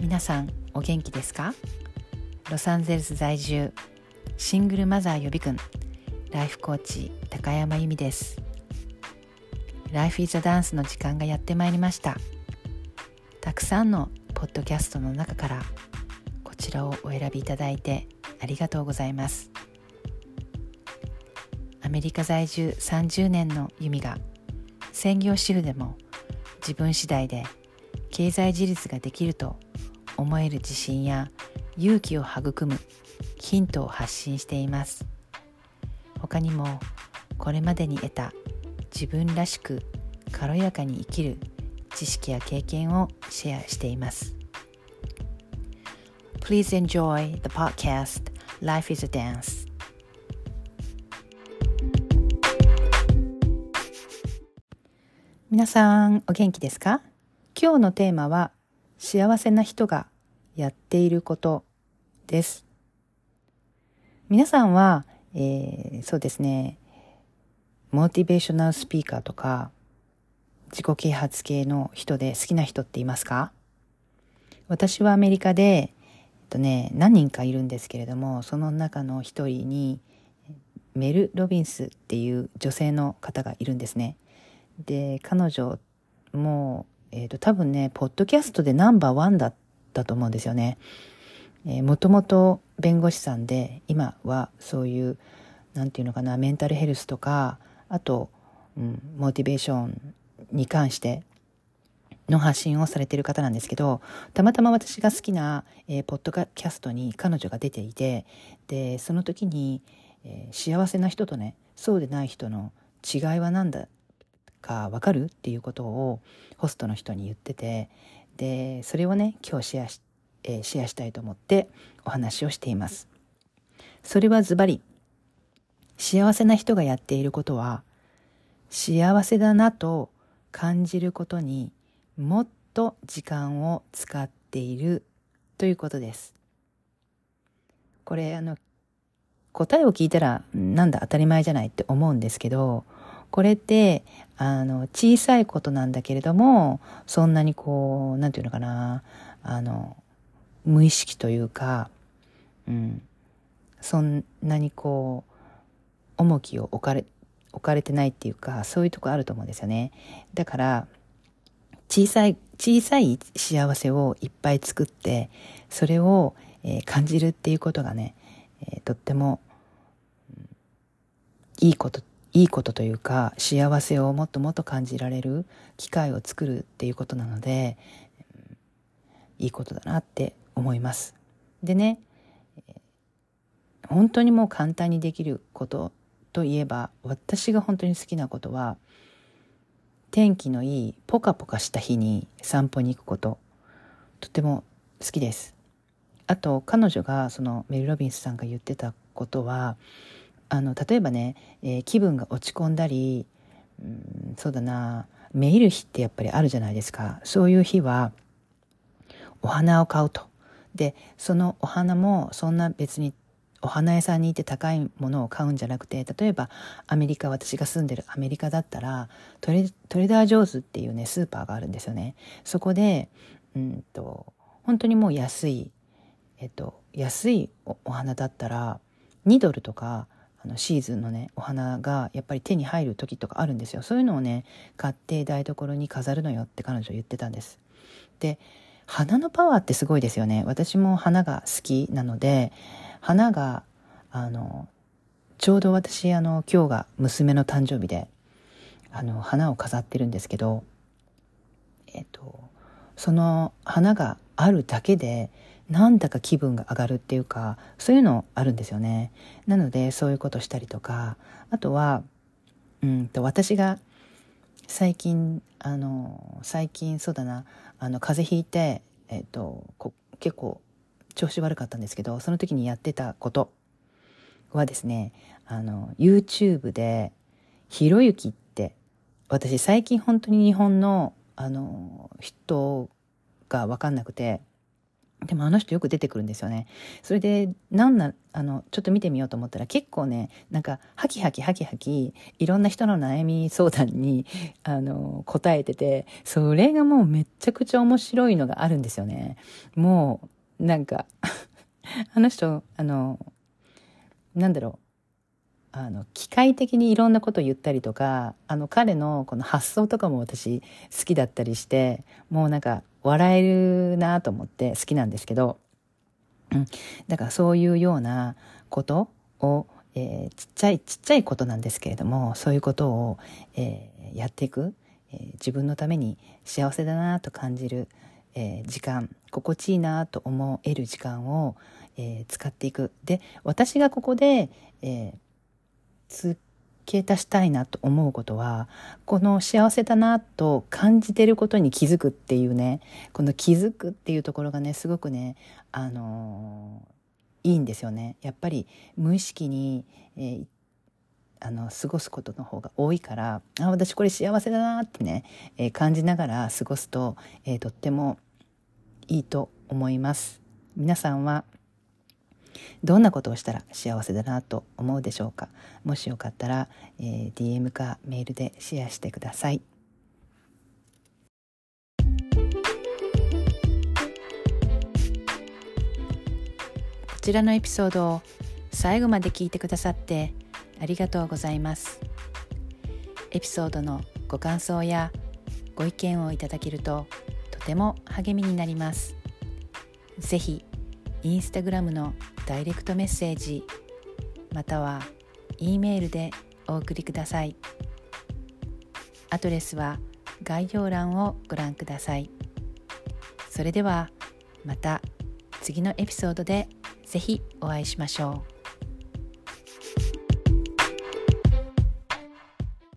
皆さんお元気ですか？ロサンゼルス在住シングルマザー予備軍ライフコーチ高山由美です。Life is a Dance の時間がやってまいりました。たくさんのポッドキャストの中からこちらをお選びいただいてありがとうございます。アメリカ在住30年の由美が専業主婦でも自分次第で経済自立ができると思える自信や勇気を育むヒントを発信しています。他にもこれまでに得た自分らしく軽やかに生きる知識や経験をシェアしています。Please enjoy the podcast Life is a Dance。 皆さんお元気ですか？今日のテーマは幸せな人がやっていることです。皆さんは、そうですね、モチベーショナルスピーカーとか自己啓発系の人で好きな人っていますか？私はアメリカで、何人かいるんですけれども、その中の一人にメル・ロビンスっていう女性の方がいるんですね。で、彼女も、多分ね、ポッドキャストでナンバーワンだったと思うんですよね。もともと弁護士さんで、今はそういう、なんていうのかな、メンタルヘルスとか、あと、モチベーションに関しての発信をされている方なんですけど、たまたま私が好きな、ポッドキャストに彼女が出ていて、で、その時に、幸せな人とね、そうでない人の違いは何だか分かるっていうことをホストの人に言ってて、で、それをね、今日シェアしたいと思ってお話をしています。それはズバリ、幸せな人がやっていることは、幸せだなと感じることにもっと時間を使っているということです。これ答えを聞いたらなんだ当たり前じゃないって思うんですけど、これって小さいことなんだけれども、そんなにこうなんていうのかな、無意識というか、そんなにこう重きを置かれてないっていうか、そういうとこあると思うんですよね。だから小さい幸せをいっぱい作って、それを、感じるっていうことがね、とっても、いいことというか、幸せをもっともっと感じられる機会を作るっていうことなので、いいことだなって思います。でね、本当にもう簡単にできることといえば、私が本当に好きなことは、天気のいいポカポカした日に散歩に行くこと、とても好きです。あと彼女がそのメル・ロビンスさんが言ってたことは、例えばね、気分が落ち込んだり、そうだな、めいる日ってやっぱりあるじゃないですか。そういう日はお花を買うと。で、そのお花もそんな別にお花屋さんに行って高いものを買うんじゃなくて、例えば私が住んでるアメリカだったらトレダー・ジョーズっていうねスーパーがあるんですよね。そこで本当にもう安いお花だったら$2とかシーズンのねお花がやっぱり手に入る時とかあるんですよ。そういうのをね買って台所に飾るのよって彼女言ってたんです。で、花のパワーってすごいですよね。私も花が好きなので、花がちょうど私今日が娘の誕生日で花を飾ってるんですけど、その花があるだけでなんだか気分が上がるっていうか、そういうのあるんですよね。なのでそういうことしたりとか、あとは私が最近そうだな、風邪ひいて結構調子悪かったんですけど、その時にやってたことはですね、YouTube でひろゆきって、私最近本当に日本の人が分かんなくて、 でもあの人よく出てくるんですよね。それでちょっと見てみようと思ったら結構ね、なんかハキハキいろんな人の悩み相談に答えてて、それがもうめっちゃくちゃ面白いのがあるんですよね。もうなんかあの人なんだろう、機械的にいろんなことを言ったりとか、彼のこの発想とかも私好きだったりして、もうなんか笑えるなと思って好きなんですけど、だからそういうようなことを、ちっちゃいことなんですけれども、そういうことを、やっていく、自分のために幸せだなと感じる、時間、心地いいなと思える時間を、使っていく。で、私がここで、付け足したいなと思うことは、この幸せだなと感じてることに気づくっていうね、この気づくっていうところがね、すごくね、いいんですよね。やっぱり無意識に、過ごすことの方が多いから、私これ幸せだなってね、感じながら過ごすと、とってもいいと思います。皆さんはどんなことをしたら幸せだなと思うでしょうか。もしよかったら、DM かメールでシェアしてください。こちらのエピソードを最後まで聞いてくださってありがとうございます。エピソードのご感想やご意見をいただけるととても励みになります。ぜひインスタグラムのダイレクトメッセージまたは E メールでお送りください。アドレスは概要欄をご覧ください。それではまた次のエピソードでぜひお会いしましょう。